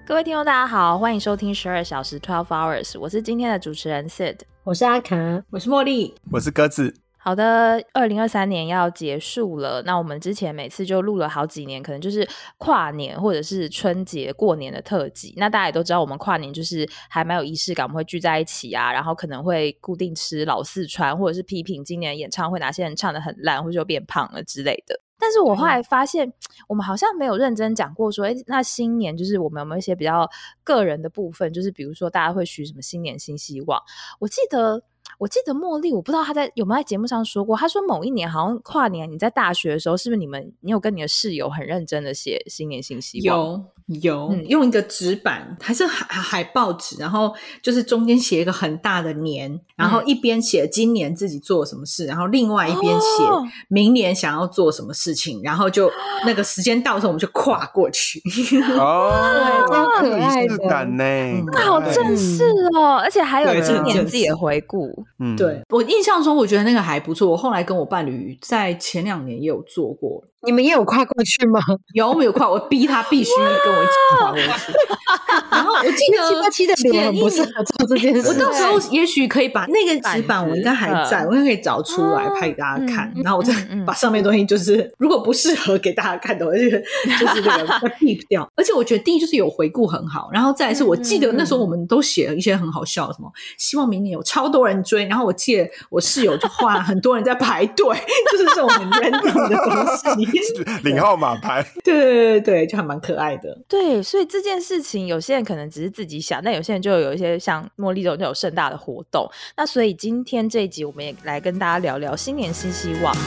各位听众大家好，欢迎收听12小时 12 hours， 我是今天的主持人 Sid， 我是阿卡， 我是茉莉， 我是鸽子。 好的，2023年要结束了，那我们之前每次就录了好几年，可能就是跨年或者是春节过年的特辑。那大家也都知道我们跨年就是还蛮有仪式感，我们会聚在一起啊，然后可能会固定吃老四川，或者是批评今年的演唱会哪些人唱得很烂或者就变胖了之类的。但是我后来发现我们好像没有认真讲过说那新年就是我们有没有一些比较个人的部分，就是比如说大家会许什么新年新希望。我记得茉莉，我不知道她有没有在节目上说过，她说某一年好像跨年你在大学的时候，是不是你有跟你的室友很认真的写新年新希望？ 有用一个纸板还是海报纸，然后就是中间写一个很大的年，然后一边写今年自己做什么事，然后另外一边写明年想要做什么事情，然后就那个时间到的时候我们就跨过去。 哦，超可爱的， 仪式感呢， 好正式哦，而且还有今年自己的回顾。 对，我印象中我觉得那个还不错，我后来跟我伴侣在前2年也有做过。 你们也有跨过去吗？ 有，我们有跨，我逼他必须跟我一起跨过去。然后我记得 787的脸很不适合做这件事。 我到时候也许可以把那个纸板，我应该还在，我应该可以找出来拍给大家看。然后我再把上面的东西，就是如果不适合给大家看的话，就是这个再 keep 掉。而且我觉得第一就是有回顾很好，然后再来是我记得那时候我们都写了一些很好笑的，什么希望明年有超多人追，然后我记得我室友就画很多人在排队，就是这种很 random 的东西。 领号码牌， 对，就还蛮可爱的。 对，所以这件事情有些人可能只是自己想，但有些人就有一些像茉莉这种就有盛大的活动。那所以今天这一集我们也来跟大家聊聊新年新希望。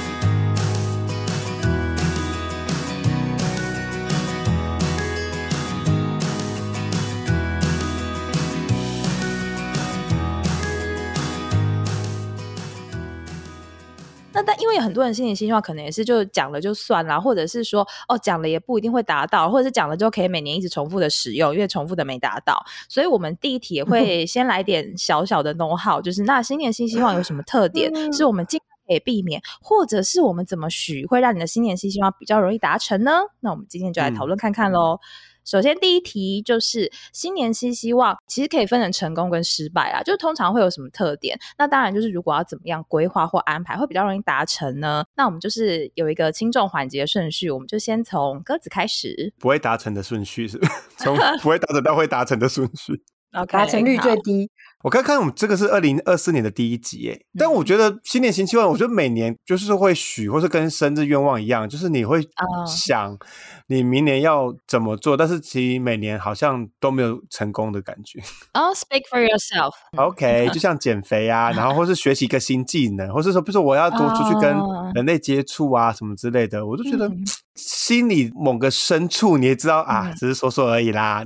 但因为有很多人新年新希望可能也是就讲了就算啦，或者是说讲了也不一定会达到，或者是讲了就可以每年一直重复的使用，因为重复的没达到。所以我们第一题也会先来点小小的 know how， 就是那新年新希望有什么特点是我们尽量可以避免，或者是我们怎么许会让你的新年新希望比较容易达成呢？那我们今天就来讨论看看咯。首先第一题就是新年新希望其实可以分成成功跟失败啊，就通常会有什么特点，那当然就是如果要怎么样规划或安排会比较容易达成呢？那我们就是有一个轻重缓急的顺序，我们就先从鸽子开始。 不会达成的顺序是不是？从不会达成到会达成的顺序。 达成率最低。 我刚看我们这个是2024年的第一集耶，但我觉得新年新希望，我觉得每年就是会许，或是跟生日愿望一样，就是你会想你明年要怎么做，但是其实每年好像都没有成功的感觉。 Speak for yourself。 OK， 就像减肥啊，然后或是学习一个新技能，或是说比如说我要多出去跟人类接触啊什么之类的，我就觉得心里某个深处你也知道啊，只是说说而已啦，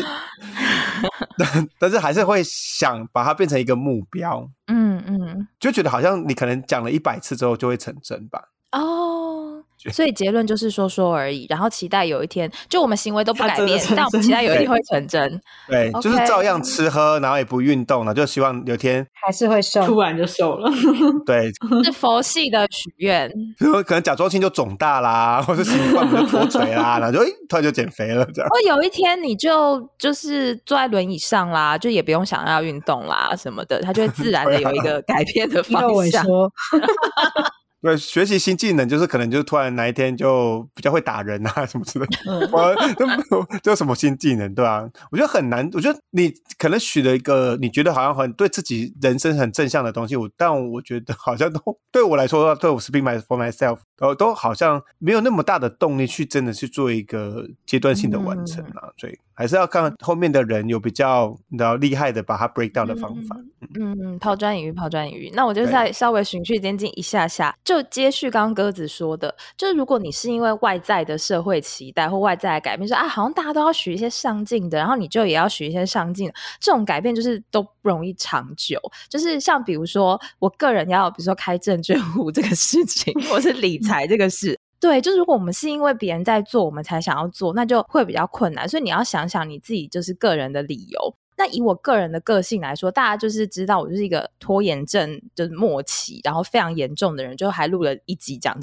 但是还是会想把它变成一个目标，就觉得好像你可能讲了100次之后就会成真吧。 所以结论就是说说而已，然后期待有一天就我们行为都不改变，但我们期待有一天会成真。 对，就是照样吃喝，然后也不运动了，就希望有一天还是会瘦， 突然就瘦了。 对， 是佛系的许愿， 比如可能甲状腺就肿大啦，或者习惯就脱垂啦，然后就突然就减肥了这样。 有一天你就是坐在轮椅上啦，就也不用想要运动啦什么的，它就会自然的有一个改变的方向。 对，学习新技能就是可能就突然哪一天就比较会打人啊什么之类的，就什么新技能，对啊，我觉得很难。我觉得你可能许了一个你觉得好像很对自己人生很正向的东西，但我觉得好像都对我来说，对我 speak for myself， 都好像没有那么大的动力去真的去做一个阶段性的完成啊，所以还是要看后面的人有比较厉害的把它 break down 的方法。 抛砖引玉。那我就再稍微循序渐进一下下，就接续刚刚鸽子说的，就是如果你是因为外在的社会期待或外在的改变，说好像大家都要许一些上进的，然后你就也要许一些上进的，这种改变就是都不容易长久。就是像比如说我个人要比如说开证券户这个事情，或是理财这个事，对，就是如果我们是因为别人在做我们才想要做，那就会比较困难。所以你要想想你自己就是个人的理由。那以我个人的个性来说，大家就是知道我就是一个拖延症就是末期然后非常严重的人，就还录了一集讲这个嘛。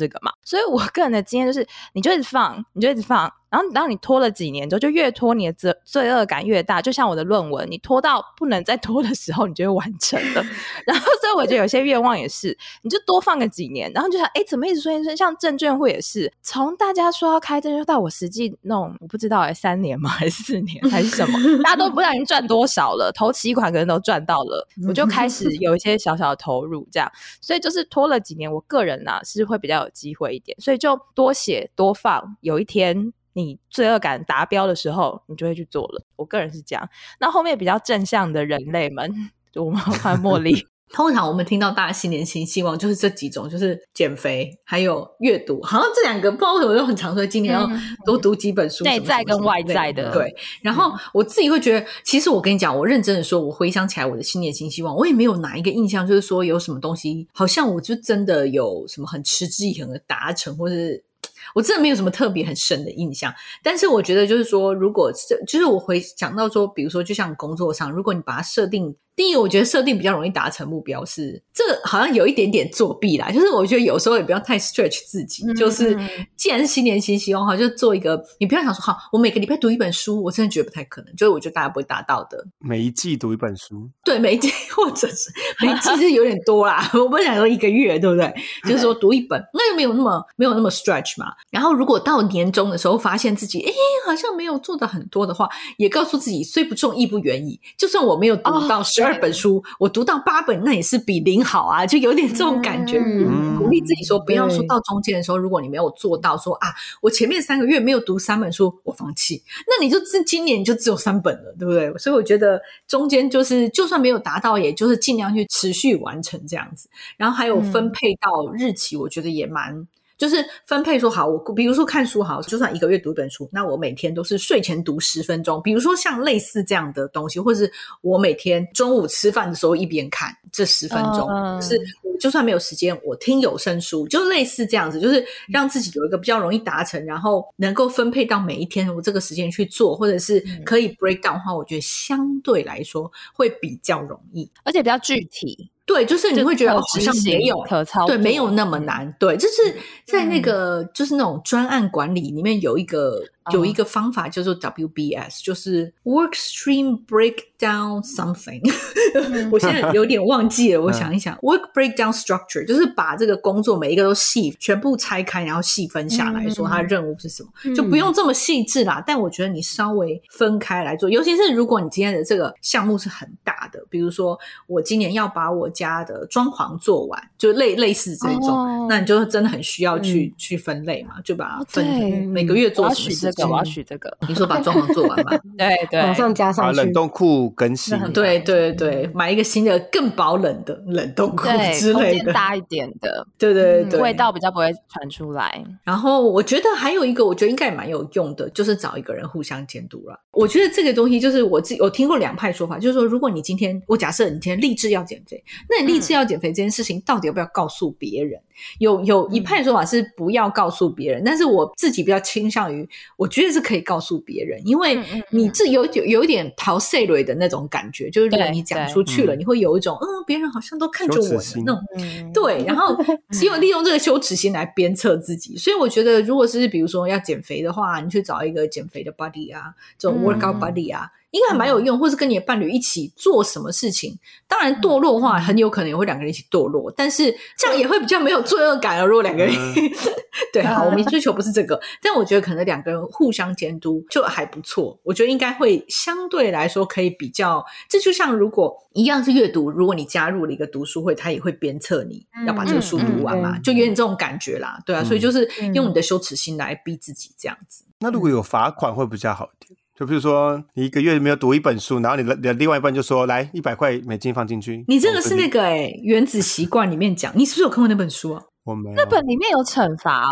所以我个人的经验就是你就一直放，然后当你拖了几年之后，就越拖你的罪恶感越大。就像我的论文，你拖到不能再拖的时候，你就会完成了。然后所以我觉得有些愿望也是，你就多放个几年，然后就想怎么一直顺像证券会也是，从大家说要开证券到我实际弄，我不知道3年吗还是4年还是什么，大家都不知道已经赚多少了，头期款可能都赚到了，我就开始有一些小小的投入这样。所以就是拖了几年，我个人是会比较有机会一点，所以就多写多放，有一天你罪恶感达标的时候你就会去做了，我个人是这样。那后面比较正向的人类们，就我们换茉莉通常我们听到大家新年新希望就是这几种，就是减肥还有阅读，好像这2个不知道为什么就很常说今年要多读几本书， 内在跟外在的。 对，然后我自己会觉得其实我跟你讲，我认真的说，我回想起来我的新年新希望，我也没有哪一个印象就是说有什么东西好像我就真的有什么很持之以恒的达成，或是我真的没有什么特别很深的印象。但是我觉得就是说，如果就是我回想到说，比如说就像工作上，如果你把它设定，第一个我觉得设定比较容易达成目标是，这个好像有一点点作弊啦，就是我觉得有时候也不要太 stretch 自己，就是既然是新年新希望好，就做一个，你不要想说好我每个礼拜读一本书，我真的觉得不太可能，就是我觉得大家不会达到的。 每一季读一本书， 对，每一季或者是每一季是有点多啦我不想说1个月对不对，就是说读一本那就没有那么 stretch 嘛。然后如果到年终的时候发现自己好像没有做的很多的话，也告诉自己虽不中亦不远矣，就算我没有读到12本书，我读到8本那也是比0好啊，就有点这种感觉。鼓励自己说，不要说到中间的时候，如果你没有做到说我前面3个月没有读3本书我放弃，那你就今年你就只有3本了，对不对？所以我觉得中间就是就算没有达到，也就是尽量去持续完成这样子。然后还有分配到日期，我觉得也蛮就是分配说好，我比如说看书好，就算1个月读一本书，那我每天都是睡前读10分钟，比如说像类似这样的东西，或是我每天中午吃饭的时候一边看这10分钟，就是就算没有时间我听有声书，就类似这样子，就是让自己有一个比较容易达成，然后能够分配到每一天我这个时间去做，或者是可以 break down 的话，我觉得相对来说会比较容易， 而且比较具体。 对，就是你会觉得好像没有可操作， 对，没有那么难。对，就是在那个就是那种专案管理里面有一个方法叫做 WBS， 就是 Work Stream Breakdown Something 我现在有点忘记了，我想一想Work Breakdown Structure 就是把这个工作每一个都全部拆开，然后细分下来说它的任务是什么，就不用这么细致啦，但我觉得你稍微分开来做，尤其是如果你今天的这个项目是很大的，比如说我今年要把我家的装潢做完，就类似这种，那你就真的很需要去分类嘛，就把它分每个月做什么事情。 我要许这个你说把装潢做完嘛对对， 马上加上去， 把冷冻库更新， 对对对，买一个新的更保冷的冷冻库之类的， 空间大一点的， 对对对， 味道比较不会传出来。 然后我觉得还有一个我觉得应该也蛮有用的，就是找一个人互相监督啦。我觉得这个东西就是我听过2派说法，就是说如果你今天我假设你今天立志要减肥，那你立志要减肥这件事情到底要不要告诉别人？有一派说法是不要告诉别人，但是我自己比较倾向于我觉得是可以告诉别人，因为你自己有一点逃税类的那种感觉，就是如果你讲出去了，你会有一种别人好像都看着我的那种对，然后只有利用这个羞耻心来鞭策自己。所以我觉得如果是比如说要减肥的话，你去找一个减肥的 buddy 啊，这种 workout buddy 啊，应该还蛮有用，或是跟你的伴侣一起做什么事情。当然堕落的话很有可能也会2个人一起堕落，但是这样也会比较没有罪恶感了，如果2个人对，好，我们追求不是这个，但我觉得可能2个人互相监督就还不错，我觉得应该会相对来说可以比较，这就像如果一样是阅读，如果你加入了一个读书会，他也会鞭策你要把这个书读完嘛，就有点这种感觉啦，对啊，所以就是用你的羞耻心来逼自己这样子。 那如果有罚款会比较好一点，就比如说你1个月没有读1本书，然后你的另外一半就说来100块美金放进去。 你这个是那个原子习惯里面讲，你是不是有看过那本书啊？ 我没有。 那本里面有惩罚哦？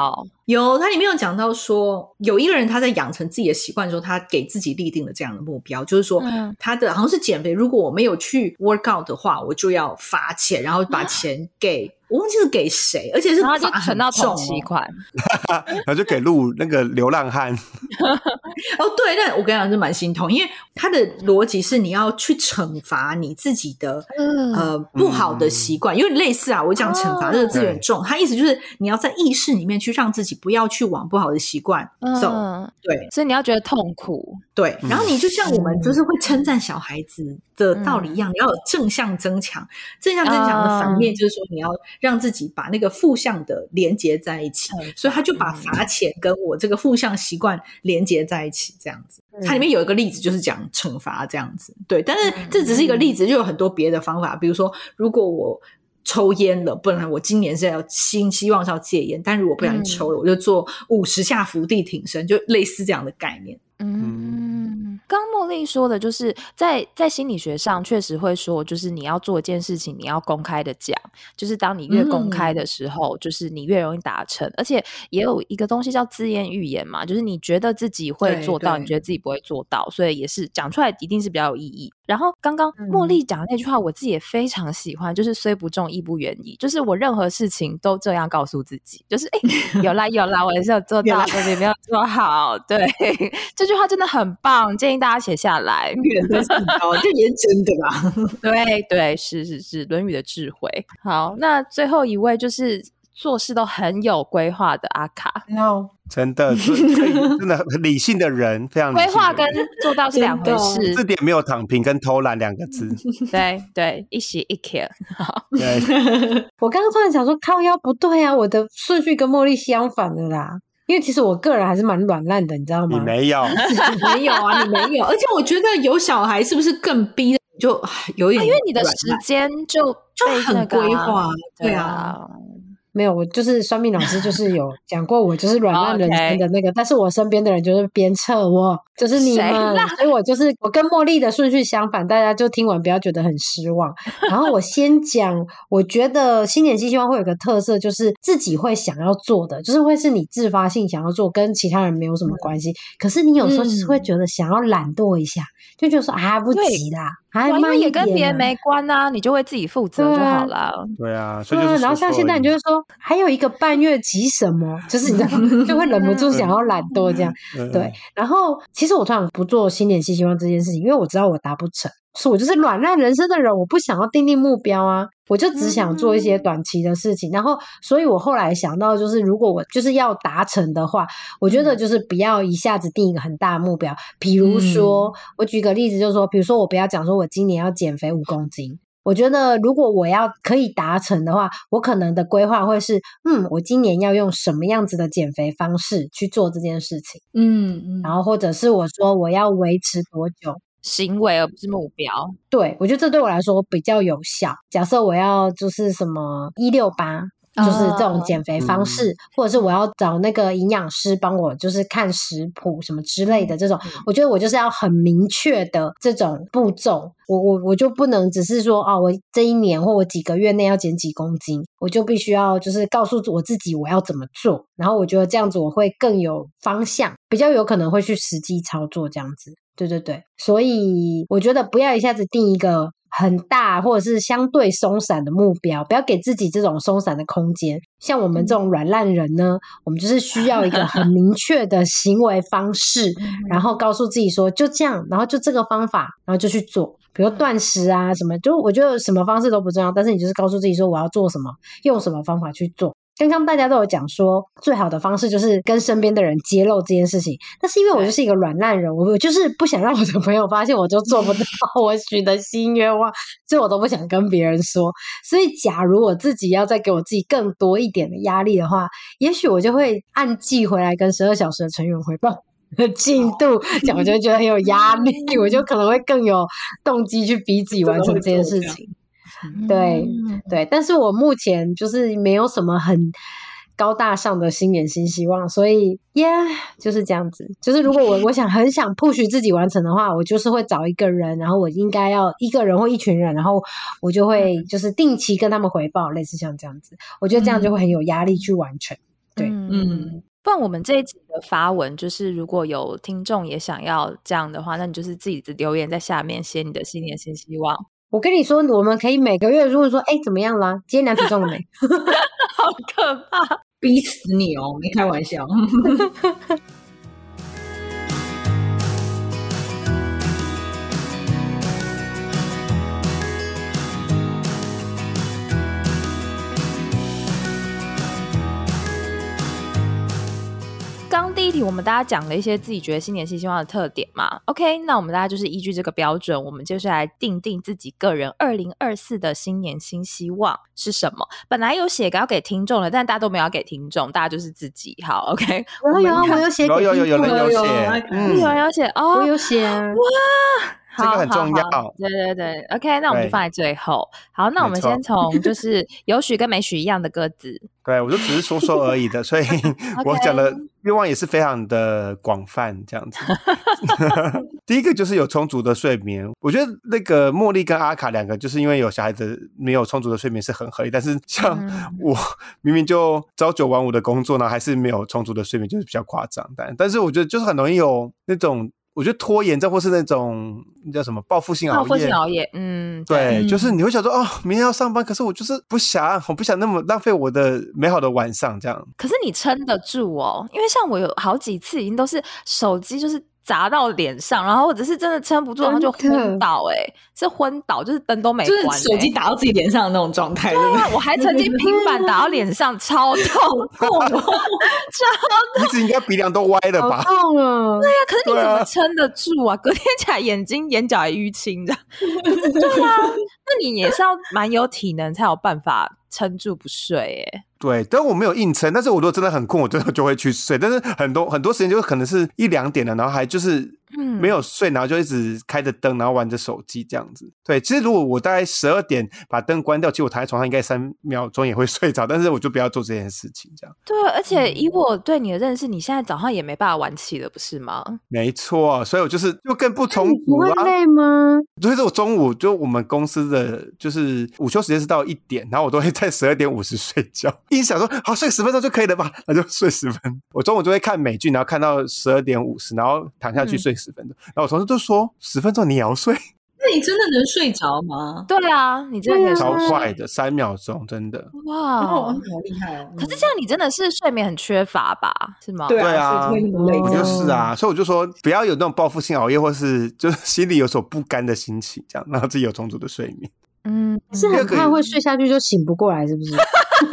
有，它里面有讲到说，有一个人他在养成自己的习惯的时候，他给自己立定了这样的目标，就是说他的好像是减肥，如果我没有去 work out 的话，我就要罚钱，然后把钱给我忘记是给谁，而且是罚很重，然后就存到同期款， 然后就给路那个流浪汉。 哦，对，但我跟你讲是蛮心痛，因为他的逻辑是你要去惩罚你自己的不好的习惯，因为类似啊，我讲惩罚这个字有点重，他意思就是你要在意识里面去让自己不要去往不好的习惯走，对， 所以你要觉得痛苦， 对，然后你就像我们就是会称赞小孩子的道理一样，你要有正向增强，正向增强的反面就是说你要让自己把那个负向的连结在一起，所以他就把罚钱跟我这个负向习惯连结在一起，这样子。它里面有一个例子就是讲惩罚这样子，对，但是这只是一个例子，就有很多别的方法，比如说如果我抽烟了，本来我今年是要希望是要戒烟，但如果不小心抽了，我就做50下伏地挺身，就类似这样的概念。 刚茉莉说的就是在心理学上确实会说，就是你要做一件事情你要公开的讲，就是当你越公开的时候，就是你越容易达成，而且也有一个东西叫自验预言嘛，就是你觉得自己会做到，你觉得自己不会做到，所以也是讲出来一定是比较有意义。然后刚刚茉莉讲的那句话我自己也非常喜欢，就是虽不中亦不远矣，就是我任何事情都这样告诉自己，就是有啦有啦，我也是有做到，但是没有做好，对，这句话真的很棒，建议大家写下来。 远的是高，这也真的啦。 对对，是论语的智慧。好，那最后一位就是做事都很有规划的阿卡。 No， 真的真的很理性的人，非常理性的人。 规划跟做到是两回事， 字典没有躺平跟偷懒2个字。 对对，一喜一 care。 对， 我刚刚突然想说靠腰不对啊，我的顺序跟茉莉相反的啦，因为其实我个人还是蛮软烂的，你知道吗？ 你没有没有啊，你没有，而且我觉得有小孩是不是更逼就有点、 因为你的时间就很规划，对啊。 没有，我就是算命老师就是有讲过我就是软烂人生的那个但是我身边的人就是鞭策我，就是你们，所以我就是我跟茉莉的顺序相反，大家就听完不要觉得很失望。然后我先讲，我觉得新年新希望会有个特色，就是自己会想要做的，就是会是你自发性想要做，跟其他人没有什么关系，可是你有时候就是会觉得想要懒惰一下，就觉得说啊不急啦，还慢一点，因为也跟别人没关啊，你就会自己负责就好了。 对啊，所以就是然后像现在你就会说还有1个半月急什么，就是你知道就会忍不住想要懒惰这样。对，然后其实我突然不做新年新希望这件事情，因为我知道我达不成，所以我就是软烂人生的人，我不想要定目标啊，我就只想做一些短期的事情。然后所以我后来想到，就是如果我就是要达成的话，我觉得就是不要一下子定一个很大的目标，比如说我举个例子，就是说比如说我不要讲说我今年要减肥5公斤，我觉得如果我要可以达成的话，我可能的规划会是我今年要用什么样子的减肥方式去做这件事情，然后或者是我说我要维持多久行为而不是目标。 对，我觉得这对我来说比较有效。假设我要就是什么168就是这种减肥方式，或者是我要找那个营养师帮我就是看食谱什么之类的这种，我觉得我就是要很明确的这种步骤，我就不能只是说我这一年或我几个月内要减几公斤，我就必须要就是告诉我自己我要怎么做，然后我觉得这样子我会更有方向，比较有可能会去实际操作这样子。对对对，所以我觉得不要一下子定一个很大或者是相对松散的目标，不要给自己这种松散的空间。像我们这种软烂人呢，我们就是需要一个很明确的行为方式然后告诉自己说就这样，然后就这个方法，然后就去做，比如断食啊什么，就我觉得什么方式都不重要，但是你就是告诉自己说我要做什么，用什么方法去做。刚刚大家都有讲说最好的方式就是跟身边的人揭露这件事情，但是因为我就是一个软烂人，我就是不想让我的朋友发现我就做不到我许的新愿望，所以我都不想跟别人说。所以假如我自己要再给我自己更多一点的压力的话，也许我就会按季回来跟12小时的成员汇报进度，这样我就会觉得很有压力，我就可能会更有动机去逼自己完成这件事情。对对，但是我目前就是没有什么很高大上的新年新希望，所以就是这样子。就是如果我很想 push 自己完成的话，我就是会找一个人，然后我应该要一个人或一群人，然后我就会就是定期跟他们回报，类似像这样子，我觉得这样就会很有压力去完成。对， 不然我们这一集的发文就是如果有听众也想要这样的话，那你就是自己留言在下面写你的新年新希望。 我跟你说，我们可以每个月如果说怎么样啦，今天量体重了没？ 好可怕， 逼死你哦，没开玩笑。 刚第一题我们大家讲了一些自己觉得新年新希望的特点嘛 OK， 那我们大家就是依据这个标准，我们就是来定自己个人2024的新年新希望是什么。本来有写要给听众的，但大家都没有要给听众，大家就是自己。好 OK， 我有写给听众， 有人有写， 有人有写哦， 我有写啊， 哇， 这个很重要。 对 OK， 那我们就放在最后。好，那我们先从就是有许跟没许一样的鸽子。 对，我就只是说说而已的，所以我讲的愿望也是非常的广泛这样子。第一个就是有充足的睡眠，我觉得那个茉莉跟阿卡两个就是因为有小孩子没有充足的睡眠是很合理，但是像我明明就朝9晚5的工作呢，还是没有充足的睡眠，就是比较夸张。但是我觉得就是很容易有那种我觉得拖延症或是那种叫什么报复性熬夜，对，就是你会想说明天要上班，可是我就是我不想那么浪费我的美好的晚上这样。 可是你撑得住哦，因为像我有好几次已经都是手机就是砸到脸上，然后或者是真的撑不住，然后就昏倒是昏倒，就是灯都没关就是手机打到自己脸上的那种状态。 对啊，我还曾经平板打到脸上，超痛超痛。 你只应该鼻梁都歪了吧？ 好痛啊！ 对啊，可是你怎么撑得住啊？隔天起来眼角还淤青这样。对啊，那你也是要蛮有体能才有办法撑住不睡对，但我没有硬撑，但是我如果真的很困，我真的就会去睡。但是很多时间就可能是1-2点了，然后还就是没有睡，然后就一直开着灯，然后玩着手机这样子。对，其实如果我大概12点把灯关掉，其实我躺在床上应该3秒钟也会睡着，但是我就不要做这件事情这样。 对，而且以我对你的认识，你现在早上也没办法晚起了，不是吗？ 没错，所以我就更不充足不会累吗？ 就是我中午就我们公司的就是午休时间是到1点，然后我都会在12点50睡觉。一想说好睡10分钟就可以了吧，那就睡10分钟。我中午就会看美剧，然后看到12点50，然后躺下去睡10分钟。然后我同事就说10分钟你也要睡？ 那你真的能睡着吗？ 对啊，你真的可以超快的3秒钟，真的。 哇， 好厉害哦！ 可是这样你真的是睡眠很缺乏吧？是吗？ 对啊，我就是啊，所以我就说不要有那种报复性熬夜，或是就是心里有所不甘的心情，这样让自己有充足的睡眠。 是很怕会睡下去就醒不过来，是不是？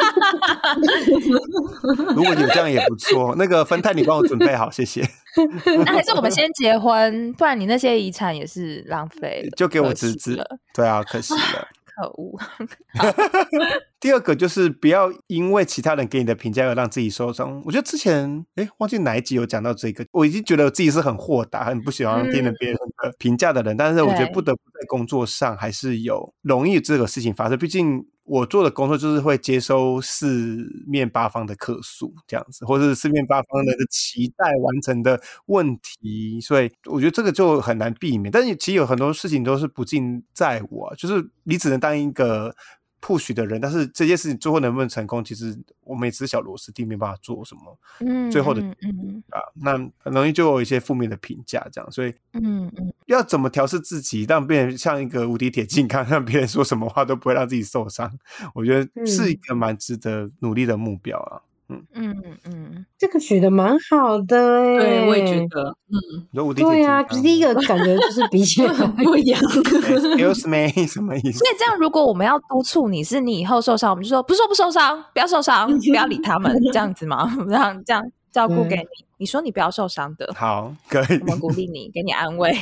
如果有这样也不错。那个分泰你帮我准备好，谢谢。 那还是我们先结婚，不然你那些遗产也是浪费了， 就给我侄子。对啊，可惜了。 可恶。 第二个就是不要因为其他人给你的评价而让自己受伤。我觉得之前忘记哪一集有讲到这个，我已经觉得我自己是很豁达很不喜欢听了别人的评价的人，但是我觉得不得不在工作上还是有容易这个事情发生。毕竟我做的工作就是会接收四面八方的客诉这样子，或是四面八方的期待完成的问题，所以我觉得这个就很难避免。但是其实有很多事情都是不尽在我，就是你只能当一个push 的人，但是这件事情最后能不能成功，其实我们也只是小螺丝钉，没办法做什么最后的那很容易就有一些负面的评价这样，所以要怎么调适自己让别人像一个无敌铁金刚，让别人说什么话都不会让自己受伤，我觉得是一个蛮值得努力的目标啊。 这个取得蛮好的对，我也觉得对啊，第一个感觉就是比起来不一样。 Excuse me 什么意思？ 所以这样如果我们要督促你是你以后受伤，我们就说不受伤，不要受伤，不要理他们这样子吗？让这样照顾给你，你说你不要受伤的， 好，可以， 我们鼓励你，给你安慰。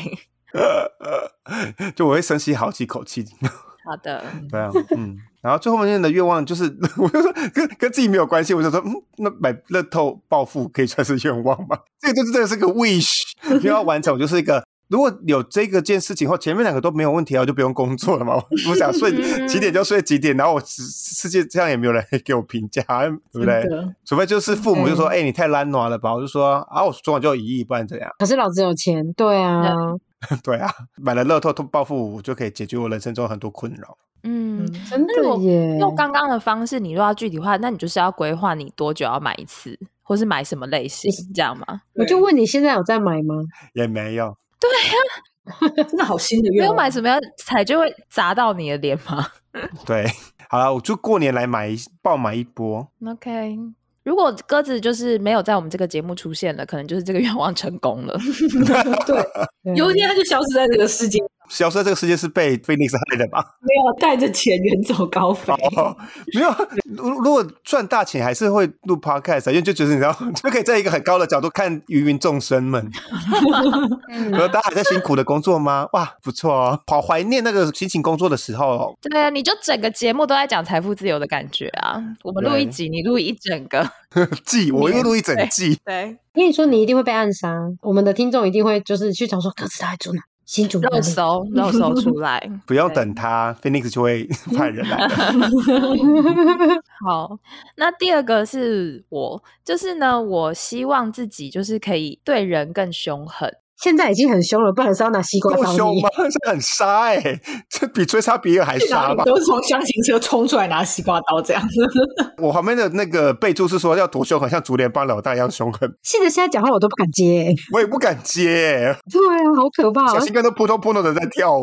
就我会深吸好几口气。 好的， 对啊，然后最后面的愿望就是，我就说跟自己没有关系，我就说，那买乐透暴富可以算是愿望吗？这个就是真的是个 wish， 就要完成，就是一个。如果有这个件事情后，前面2个都没有问题，我就不用工作了嘛。我想睡几点就睡几点，然后我世界这样也没有人给我评价，对不对？除非就是父母就说，你太懒惰了吧？我就说我昨晚就有1亿，不然怎样？ 可是老子有钱，对啊。 对啊，买了乐透暴富，我就可以解决我人生中很多困扰。 真的耶。 用刚刚的方式，你如果要具体化，那你就是要规划你多久要买一次，或是买什么类型，这样吗？ 我就问你现在有在买吗？ 也没有。 对啊， 真的好新的愿望。 没有买什么彩就会砸到你的脸吗？ 对，好了，我就过年来爆买一波。 OK。如果鸽子就是没有在我们这个节目出现了，可能就是这个愿望成功了。 对，有一天他就消失在这个世界。 消失在这个世界是被菲尼斯害的吧？ 没有，带着钱远走高飞。 没有，如果赚大钱还是会录 podcast， 因为就觉得你知道，就可以在一个很高的角度看芸芸众生们。大家还在辛苦的工作吗？哇，不错哦，好怀念那个辛勤工作的时候哦。 对啊，你就整个节目都在讲财富自由的感觉啊。我们录一集，你录一整个季，我又录一整季。 对， 跟你说，你一定会被暗杀。我们的听众一定会就是去找说，鸽子他在住哪？新竹肉搜出来。 不用等他 Phoenix 就会派人来了。 好，那第二个是我，就是呢，我希望自己就是可以对人更凶狠。 现在已经很凶了，不然是要拿西瓜刀你。 够凶吗？这很杀欸，这比追杀比尔还杀吧？ 都是从箱型车冲出来拿西瓜刀这样。 我旁边的那个备注是说要多凶狠，像竹联帮老大一样凶狠。 现在讲话我都不敢接我也不敢接对啊，好可怕小心肝都扑通扑通的在跳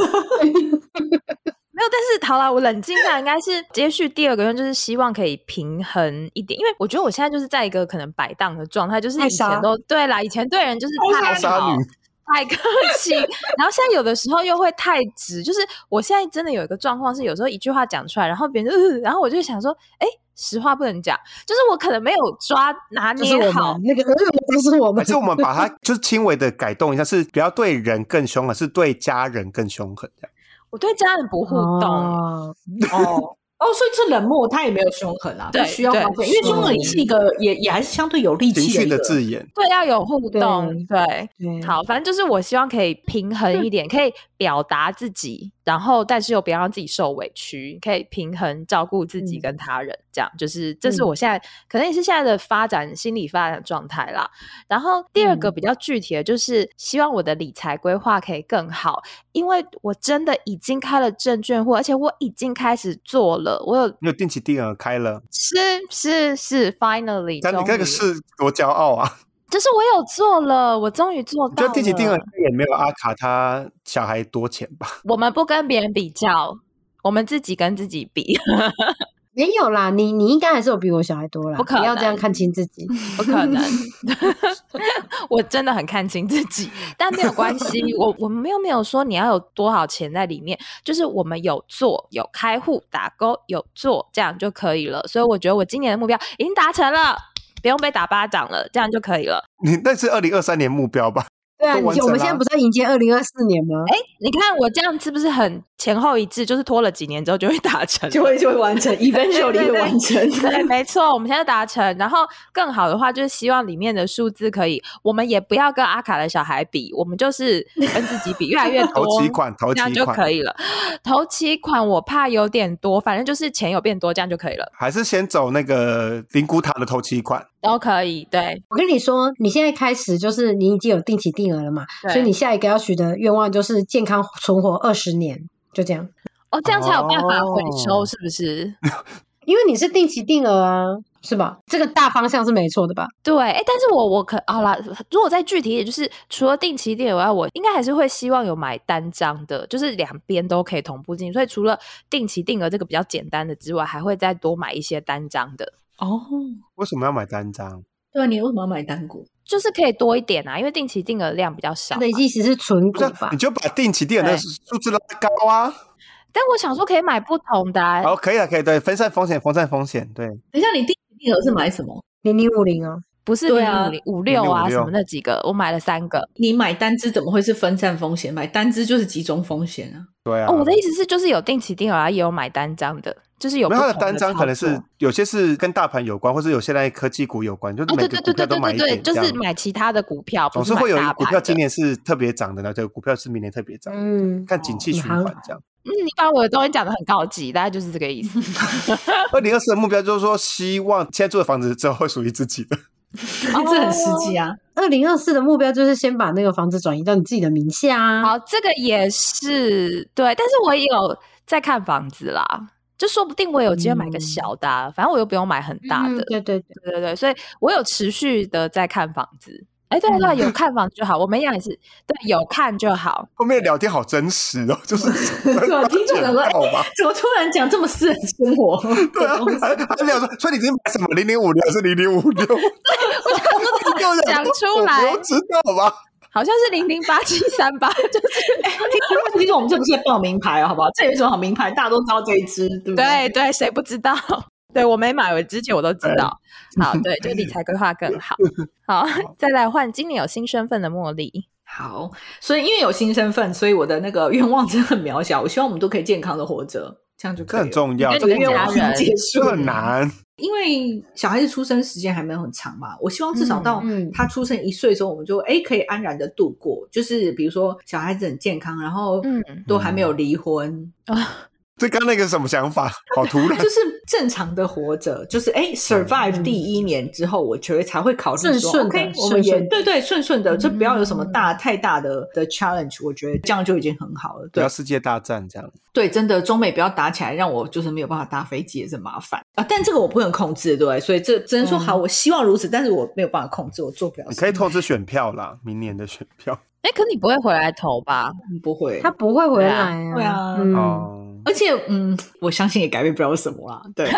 没有，但是好啦，我冷静下来，应该是接续第二个愿，就是希望可以平衡一点，因为我觉得我现在就是在一个可能摆荡的状态，就是以前都对啦，以前对人就是太好太客气，然后现在有的时候又会太直，就是我现在真的有一个状况是，有时候一句话讲出来，然后别人就然后我就想说，实话不能讲，就是我可能没有拿捏好那个都是我们， 还是我们把它就是轻微的改动一下，是不要对人更凶狠，是对家人更凶狠这样。 我对家人不互动所以这冷漠他也没有凶狠啊，对，需要方便，因为凶狠是一个也还是相对有力气的情绪的字眼， 对，要有互动，对，好，反正就是我希望可以平衡一点，可以表达自己，然后但是又不要让自己受委屈，可以平衡照顾自己跟他人，这样就是这是我现在可能也是现在的心理发展状态啦。然后第二个比较具体的就是希望我的理财规划可以更好，因为我真的已经开了证券户，而且我已经开始做了，你有定期定额开了， 是 finally， 但你那个是多骄傲啊！ 就是我有做了，我终于做到了。 就定期定额也没有阿卡他小孩多钱吧？ 我们不跟别人比较，我们自己跟自己比。 没有啦，你应该还是有比我小孩多啦， 不可能， 不要这样看清自己， 不可能。我真的很看清自己，但没有关系，我们又没有说你要有多少钱在里面，就是我们有做，有开户打勾，有做，这样就可以了。所以我觉得我今年的目标已经达成了，不用被打巴掌了，这样就可以了。 你那是2023年目标吧？ 对啊，我们现在不是要迎接2024年吗？ 你看我这样是不是很前后一致？就是拖了几年之后就会达成， 就会完成，eventually 会完成。 对，没错，我们现在达成。然后更好的话，就是希望里面的数字可以，我们也不要跟阿卡的小孩比，我们就是跟自己比，越来越多， 头期款这样就可以了。头期款我怕有点多，反正就是钱有变多，这样就可以了。 还是先走那个灵骨塔的头期款都可以。对， 我跟你说，你现在开始就是你已经有定期定额了嘛，所以你下一个要许的愿望就是健康存活20年，就这样。 这样才有办法回收，是不是？ 因为你是定期定额啊，是吧？这个大方向是没错的吧？ 对，但是我好啦，如果再具体一点，就是除了定期定额外，我应该还是会希望有买单张的，就是两边都可以同步进。所以除了定期定额这个比较简单的之外，还会再多买一些单张的。 为什么要买单张？ 对啊，你为什么要买单股？ 就是可以多一点啊，因为定期定额量比较少。 它的意思是存股吧？ 你就把定期定额的数字拉高啊。 但我想说可以买不同的啊。 可以了，可以，对，分散风险，对。 等一下，你定期定额是买什么 ？0050啊， 不是0050、56啊，什么那几个，我买了3个。 你买单支怎么会是分散风险？买单支就是集中风险啊。 对啊。 我的意思是，就是有定期定额啊，也有买单张的。就是有不同的操作， 单张可能是有些是跟大盘有关，或是有些在科技股有关，就是每个股票都买一点， 就是买其他的股票， 总是会有一股票今年是特别涨的，这个股票是明年特别涨，看景气循环这样。 你把我的东西讲得很高级，大概就是这个意思。 2024的目标就是说，希望现在住的房子之后会属于自己的。 这很实际啊。 2024的目标就是先把那个房子转移到你自己的名下啊。 好，这个也是对，但是我也有在看房子啦，就说不定我有机会买个小的反正我又不用买很大的。对，所以我有持续的在看房子。对，有看房就好，我们一样也是，对，有看就好。 后面聊天好真实哦，就是对，听众想说，怎么突然讲这么私人生活？ 对啊，还聊说，所以你今天买什么0056还是0056？对， 我想说讲出来， 我不知道吧？ 好像是008738， 就是其实我们这不是报名牌好不好？这有一种好名牌，大家都知道这一支，对不对？ 对，谁不知道？对，我没买，我之前我都知道。好，对，就理财规划更好。好，再来换今年有新身份的茉莉。 好，所以因为有新身份，所以我的那个愿望真的很渺小。我希望我们都可以健康的活着，这样就可以了。 这很重要， 这个愿望结束很难。 因为小孩子出生时间还没有很长嘛，我希望至少到他出生1岁的时候，我们就可以安然的度过。就是比如说小孩子很健康，然后都还没有离婚这刚那个什么想法好突然就是正常的活着，就是survive 第1年之后，我觉得才会考虑说 OK 我们也对顺顺的，就不要有什么太大的 challenge， 我觉得这样就已经很好了。 不要世界大战这样。 对，真的中美不要打起来，让我就是没有办法搭飞机也是麻烦但这个我不能控制，对不对？所以这只能说好，我希望如此，但是我没有办法控制，我做不了。 你可以透支选票啦，明年的选票。 可你不会回来投吧？ 不会， 他不会回来啊。 对啊，而且我相信也改变不了什么啦。对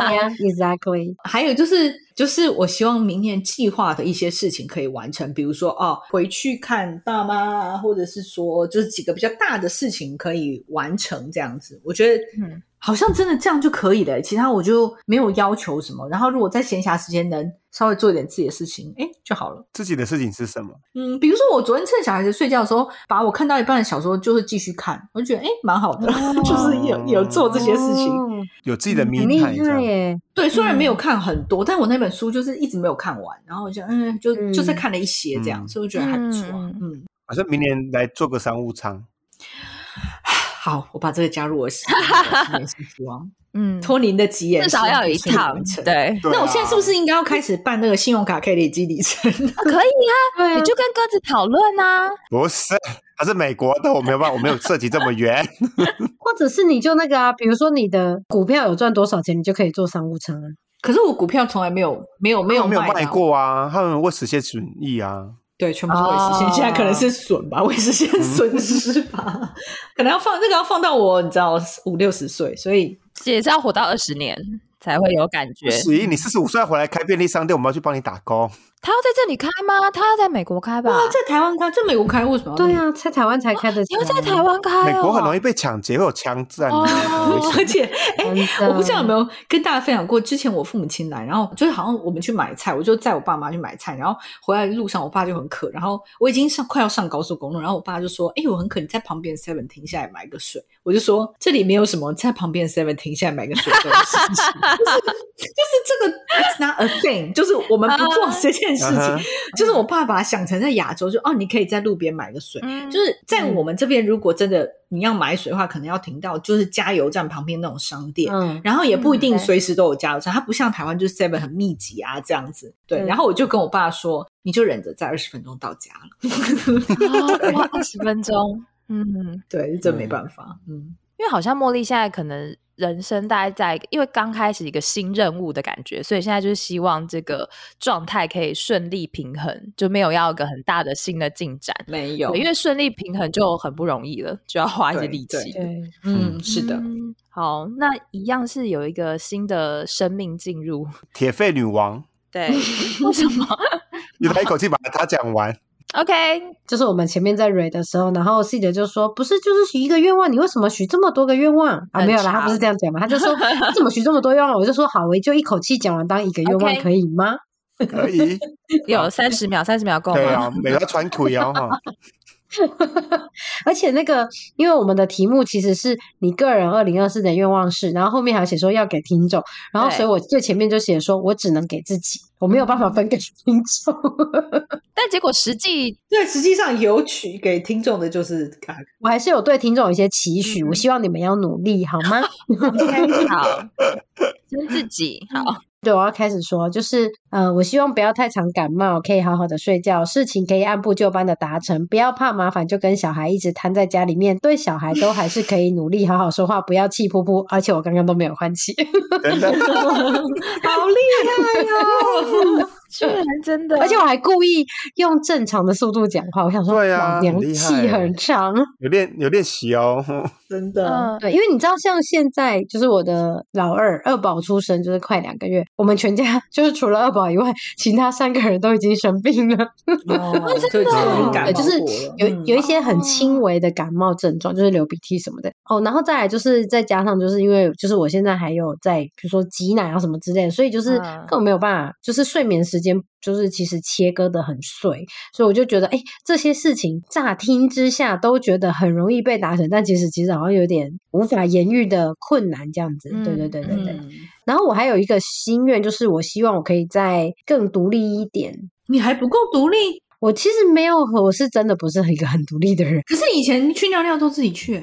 ，exactly。 还有就是我希望明年计划的一些事情可以完成，比如说回去看爸妈啊，或者是说就是几个比较大的事情可以完成这样子。我觉得好像真的这样就可以了，其他我就没有要求什么。然后如果在闲暇时间能稍微做一点自己的事情就好了。 自己的事情是什么？ 比如说我昨天趁小孩子睡觉的时候，把我看到一半的小说就是继续看，我就觉得蛮好的就是有做这些事情， 有自己的迷太耶。 对，虽然没有看很多，但我那本书就是一直没有看完，然后我就再看了一些这样，所以我觉得还不错好像明年来做个商务舱。 好，我把这个加入我新年新希望。托您的吉言， 至少要有一趟。对， 那我现在是不是应该要开始办那个信用卡可以累积里程？ 可以啊，你就跟鸽子讨论啊。 不是，它是美国的，我没有办法，我没有涉及这么远。 或者是你就那个比如说你的股票有赚多少钱，你就可以做商务舱啊。 可是我股票从来没有卖过啊，他们会实现损益啊。 对，全部是未实现，现在可能是损吧，未实现损失吧，可能要放到我你知道50-60岁，所以也是要活到20年才会有感觉。 你45岁回来开便利商店，我们要去帮你打工。 他要在这里开吗？他要在美国开吧？ 在台湾开，在美国开为什么要？ 对啊，在台湾才开的。 你要在台湾开美国很容易被抢劫，会有枪战而且我不知道有没有跟大家分享过，之前我父母亲来，然后就是好像我们去买菜，我就载我爸妈去买菜，然后回来的路上我爸就很渴，然后我已经快要上高速公路，然后我爸就说我很渴，你在旁边 7 停下来买个水。我就说这里没有什么在旁边 7 停下来买个水这种事情就是这个 it's not a thing， 就是我们不做这件事情就是我爸把想成在亚洲就你可以在路边买个水就是在我们这边如果真的你要买水的话，可能要停到就是加油站旁边那种商店然后也不一定随时都有加油站它不像台湾就是 7 很密集啊这样子。对然后我就跟我爸说你就忍着在20分钟到家了 20分钟对这没办法因为好像茉莉现在可能人生大概在因为刚开始一个新任务的感觉，所以现在就是希望这个状态可以顺利平衡，就没有要一个很大的新的进展。 没有， 因为顺利平衡就很不容易了，就要花一些力气。 对是的。 好，那一样是有一个新的生命进入铁肺女王。 对，为什么？ 你来一口气把它讲完。 OK， 就是我们前面在 read 的时候，然后 Seed 就说不是就是许一个愿望，你为什么许这么多个愿望啊？没有啦，他不是这样讲嘛，他就说你怎么许这么多愿望？我就说好，我就一口气讲完当一个愿望可以吗？ 可以， 有30秒够吗？ 对啊，每个穿腿哦哈。 而且那个因为我们的题目其实是你个人2024的愿望是，然后后面还写说要给听众，然后所以我最前面就写说我只能给自己，我没有办法分给听众但结果实际上有取给听众的就是我还是有对听众有一些期许我希望你们要努力好吗 ？OK 好，跟自己好对，我要开始说，就是我希望不要太常感冒，可以好好的睡觉，事情可以按部就班的达成，不要怕麻烦就跟小孩一直瘫在家里面，对小孩都还是可以努力好好说话，不要气噗噗，而且我刚刚都没有换气。 真的好厉害哦！ 居然真的， 而且我还故意用正常的速度讲话，我想说， 对啊， 老娘气很长， 有练习哦， 真的。 对，因为你知道，像现在就是我的老二宝出生，就是快2个月，我们全家就是除了二宝以外，其他3个人都已经生病了。 真的， 对，就是有一些很轻微的感冒症状，就是流鼻涕什么的。然后再来就是再加上，就是因为就是我现在还有在比如说挤奶啊什么之类的，所以就是根本没有办法，就是睡眠时间就是其实切割的很碎，所以我就觉得这些事情乍听之下都觉得很容易被达成，但其实好像有点无法言喻的困难这样子。对。然后我还有一个心愿，就是我希望我可以再更独立一点。 你还不够独立？ 我其实没有，我是真的不是一个很独立的人。 可是以前去尿尿都自己去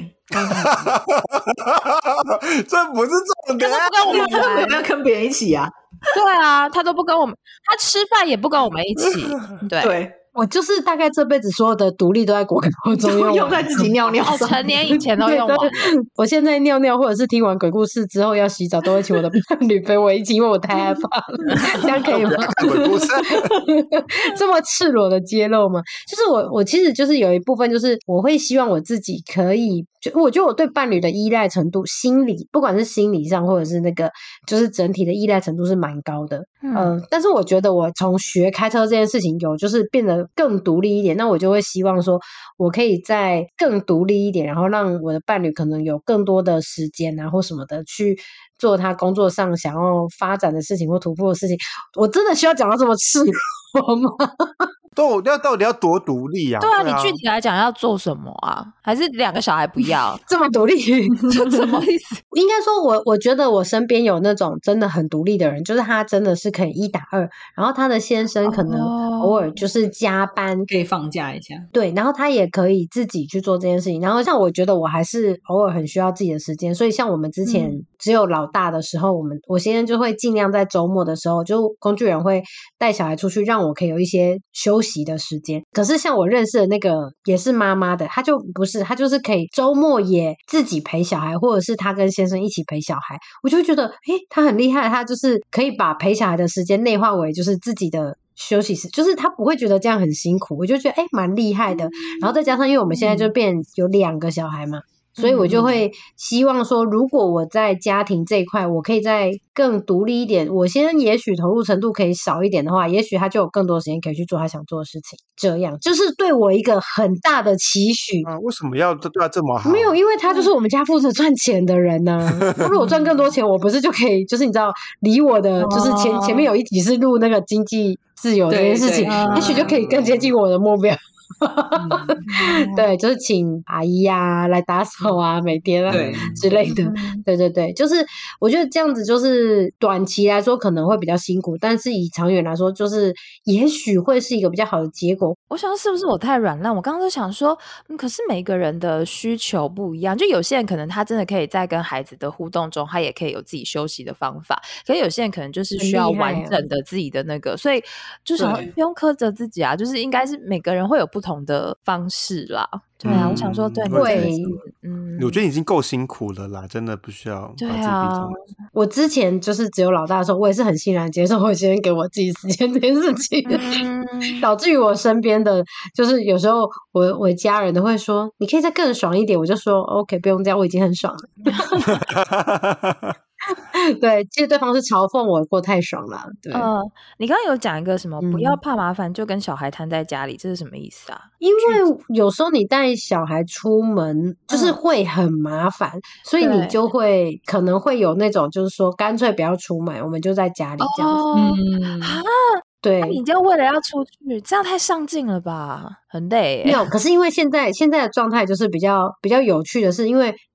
这不是重点， 他都不跟我们玩，要不要跟别人一起啊？ 对啊，他都不跟我们，他吃饭也不跟我们一起。对， 我就是大概这辈子所有的独立都在国高中用在自己尿尿上， 成年以前都用完了。 我现在尿尿或者是听完鬼故事之后要洗澡，都会请我的伴侣陪我一起，因为我太害怕了。这样可以吗？ 鬼故事这么赤裸的揭露吗？就是我其实就是有一部分就是我会希望我自己可以，我觉得我对伴侣的依赖程度，不管是心理上或者是那个就是整体的依赖程度是蛮高的。但是我觉得我从学开车这件事情就是变得更独立一点，那我就会希望说我可以再更独立一点，然后让我的伴侣可能有更多的时间啊或什么的去做他工作上想要发展的事情或突破的事情。我真的需要讲到这么赤裸吗？ 到底要多独立啊？ 对啊，你具体来讲要做什么啊？还是2个小孩不要这么独立？ 这什么意思？ 应该说我觉得我身边有那种真的很独立的人，就是他真的是可以1打2，然后他的先生可能偶尔就是加班可以放假一下， 对，然后他也可以自己去做这件事情。然后像我觉得我还是偶尔很需要自己的时间，所以像我们之前只有老大的时候，我先生就会尽量在周末的时候，就工具人会带小孩出去，让我可以有一些休息的时间。可是像我认识的那个也是妈妈的，她就不是，她就是可以周末也自己陪小孩，或者是她跟先生一起陪小孩。我就觉得她很厉害，她就是可以把陪小孩的时间内化为就是自己的休息时，就是她不会觉得这样很辛苦，我就觉得蛮厉害的。然后再加上因为我们现在就变有2个小孩嘛，所以我就会希望说，如果我在家庭这一块我可以再更独立一点，我先生也许投入程度可以少一点的话，也许他就有更多的时间可以去做他想做的事情，这样就是对我一个很大的期许。 为什么要对他这么好？ 没有，因为他就是我们家负责赚钱的人啊。如果我赚更多钱，我不是就可以就是你知道离我的就是前面有一集是录那个经济自由这件事情，也许就可以更接近我的目标。对，就是请阿姨啊来打扫啊每天啊之类的。对，就是我觉得这样子就是短期来说可能会比较辛苦，但是以长远来说就是也许会是一个比较好的结果。 我想是不是我太软烂，我刚刚就想说可是每个人的需求不一样，就有些人可能他真的可以在跟孩子的互动中他也可以有自己休息的方法，可是有些人可能就是需要完整的自己的那个，所以就想不用苛责自己啊，就是应该是每个人会有不同的方式啦。对啊，我想说对， 我觉得已经够辛苦了啦，真的不需要把自己逼成。 我之前就是只有老大的时候，我也是很欣然接受我先生给我自己时间这件事情，导致于我身边的就是有时候我家人都会说你可以再更爽一点，我就说 OK 不用这样，我已经很爽了。对，其实对方是嘲讽我过太爽了。对， 你刚刚有讲一个什么不要怕麻烦就跟小孩瘫在家里，这是什么意思啊？ 因为有时候你带小孩出门就是会很麻烦，所以你就会可能会有那种就是说干脆不要出门，我们就在家里这样子。对， 你就为了要出去，这样太上进了吧，很累。 没有，可是因为现在的状态就是比较有趣的是，因为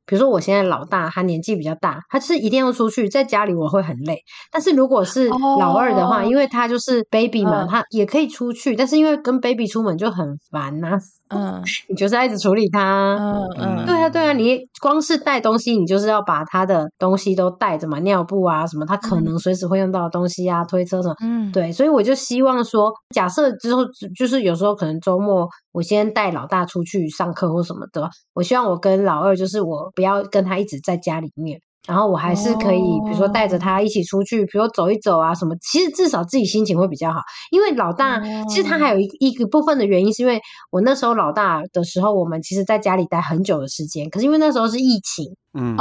比如说我现在老大他年纪比较大，他就是一定要出去，在家里我会很累。但是如果是老二的话，因为他就是 baby 嘛，他也可以出去，但是因为跟 baby 出门就很烦啊，你就是要一直处理他，对啊，你光是带东西，你就是要把他的东西都带着嘛，尿布啊什么，他可能随时会用到的东西啊，推车什么，对，所以我就希望说，假设之后就是有时候可能周末我先带老大出去上课或什么的，我希望我跟老二就是我不要跟他一直在家里面。然后我还是可以比如说带着他一起出去，比如说走一走啊什么，其实至少自己心情会比较好。因为老大其实他还有一个部分的原因是因为我那时候老大的时候，我们其实在家里待很久的时间，可是因为那时候是疫情，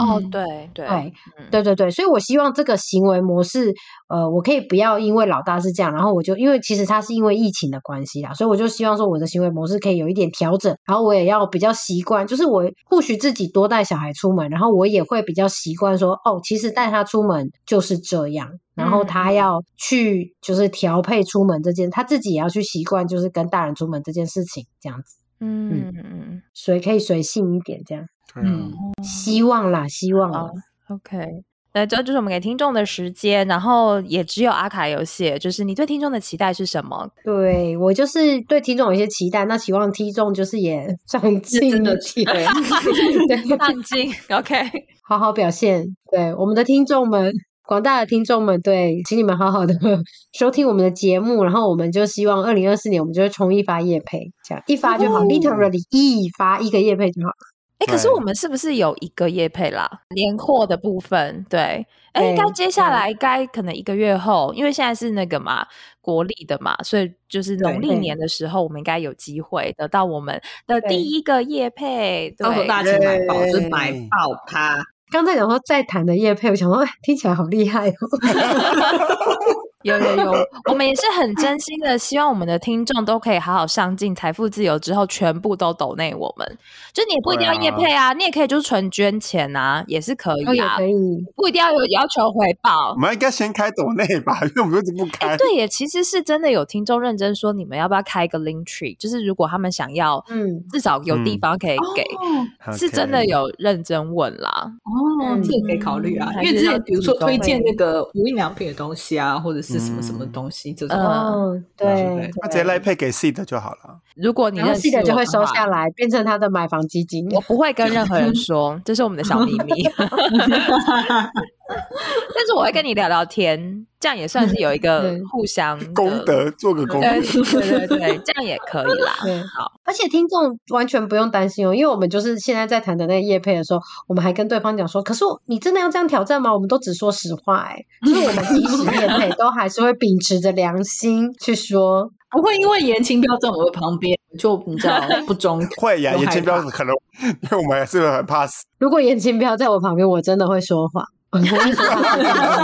对，所以我希望这个行为模式我可以不要因为老大是这样，然后我就因为其实他是因为疫情的关系啦，所以我就希望说我的行为模式可以有一点调整，然后我也要比较习惯，就是我或许自己多带小孩出门，然后我也会比较习惯说其实带他出门就是这样，然后他要去就是调配出门这件，他自己也要去习惯就是跟大人出门这件事情这样子，所以可以随性一点这样，希望啦 OK。那这就是我们给听众的时间，然后也只有阿卡有写，就是你对听众的期待是什么？ 对，我就是对听众有一些期待，那希望听众就是也上进， 真的期待， 上进 ，OK， 好好表现。对我们的听众们，广大的听众们，对，请你们好好的收听我们的节目，然后我们就希望2024年我们就会冲一发业配，这样一发就好，literally 一发一个业配就好。 可是我们是不是有一个业配啦？年货的部分，对，应该接下来可能1个月后，因为现在是那个嘛国历的嘛，所以就是农历年的时候，我们应该有机会得到我们的第一个业配。 到时候大家买爆，就是买爆它。 刚才讲说在谈的业配，我想说，听起来好厉害哦。 有，我们也是很真心的希望我们的听众都可以好好上进，财富自由之后全部都抖内我们，就你也不一定要业配啊，你也可以就是纯捐钱啊，也是可以啊， 也可以， 不一定要有要求回报。 我们应该先开抖内吧，因为我们一直不开。 对耶，其实是真的有听众认真说，你们要不要开一个 link tree， 就是如果他们想要，至少有地方可以给，是真的有认真问啦。 这个可以考虑啊，因为之前比如说推荐那个无印良品的东西啊，或者是什么什么东西这种， 对， 那直接赖配给 Seed 就好了。 如果你认识 Seed 就会收下来，变成他的买房基金。 我不会跟任何人说，这是我们的小秘密。但是我会跟你聊聊天，这样也算是有一个互相功德，做个功德。 对，这样也可以啦。好， 而且听众完全不用担心哦，因为我们就是现在在谈的那个业配的时候，我们还跟对方讲说，可是你真的要这样挑战吗？我们都只说实话，就是我们即使业配都还是会秉持着良心去说。 不会因为严清标在我们旁边就你知道不忠。 会呀，严清标可能因为我们还是很怕死。 如果严清标在我旁边，我真的会说话。我会说话，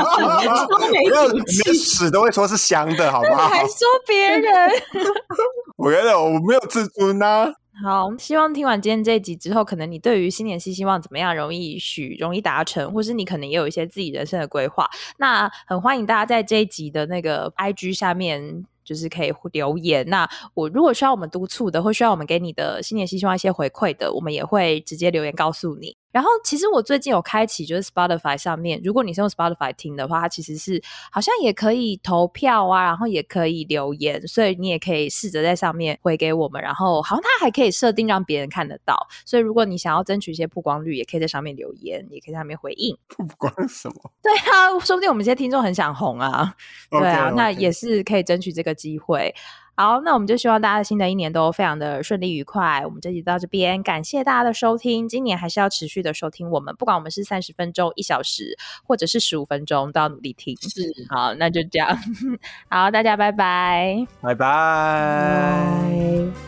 连屎都会说是香的，好不好？ 还说别人， 我觉得我没有自尊啊。 好，希望听完今天这一集之后，可能你对于新年新希望怎么样容易达成，或是你可能也有一些自己人生的规划。那很欢迎大家在这一集的那个 IG 下面就是可以留言，那我如果需要我们督促的，或需要我们给你的新年新希望一些回馈的，我们也会直接留言告诉你。然后其实我最近有开启就是 Spotify 上面，如果你是用 Spotify 听的话，它其实是好像也可以投票啊，然后也可以留言，所以你也可以试着在上面回给我们，然后好像它还可以设定让别人看得到，所以如果你想要争取一些曝光率，也可以在上面留言，也可以在上面回应。 曝光什么？ 对啊，说不定我们这些听众很想红啊。对啊，那也是可以争取这个机会。好，那我们就希望大家新的一年都非常的顺利愉快。我们这集到这边，感谢大家的收听。今年还是要持续的收听我们，不管我们是30分钟、1小时，或者是15分钟，都要努力听。 是， 好，那就这样。好，大家拜拜， 拜拜。